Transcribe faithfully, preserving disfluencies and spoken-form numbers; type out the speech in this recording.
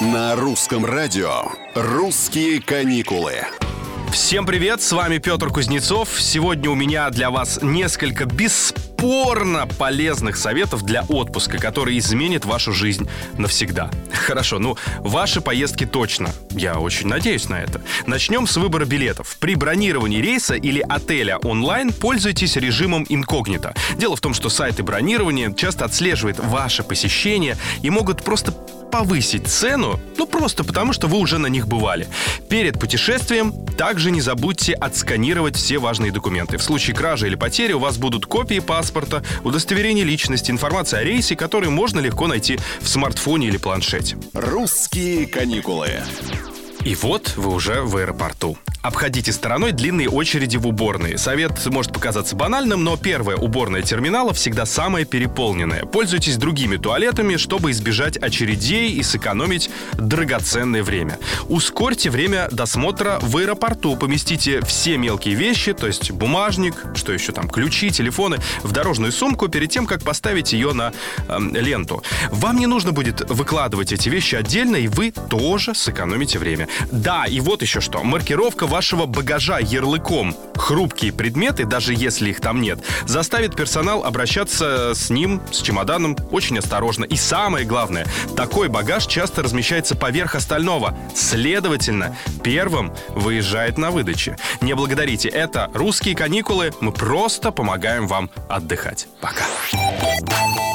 На русском радио «Русские каникулы». Всем привет, с вами Петр Кузнецов. Сегодня у меня для вас несколько бесспорно полезных советов для отпуска, которые изменят вашу жизнь навсегда. Хорошо, ну, ваши поездки точно. Я очень надеюсь на это. Начнем с выбора билетов. При бронировании рейса или отеля онлайн пользуйтесь режимом инкогнито. Дело в том, что сайты бронирования часто отслеживают ваше посещение и могут просто повысить цену, ну просто потому, что вы уже на них бывали. Перед путешествием также не забудьте отсканировать все важные документы. В случае кражи или потери у вас будут копии паспорта, удостоверение личности, информация о рейсе, которые можно легко найти в смартфоне или планшете. «Русские каникулы». И вот вы уже в аэропорту. Обходите стороной длинные очереди в уборные. Совет может показаться банальным, но первая уборная терминала всегда самая переполненная. Пользуйтесь другими туалетами, чтобы избежать очередей и сэкономить драгоценное время. Ускорьте время досмотра в аэропорту. Поместите все мелкие вещи, то есть бумажник, что еще там, ключи, телефоны, в дорожную сумку перед тем, как поставить ее на э, ленту. Вам не нужно будет выкладывать эти вещи отдельно, и вы тоже сэкономите время. Да, и вот еще что. Маркировка вашего багажа ярлыком «хрупкие предметы», даже если их там нет, заставит персонал обращаться с ним, с чемоданом, очень осторожно. И самое главное, такой багаж часто размещается поверх остального. Следовательно, первым выезжает на выдаче. Не благодарите, это «Русские каникулы». Мы просто помогаем вам отдыхать. Пока.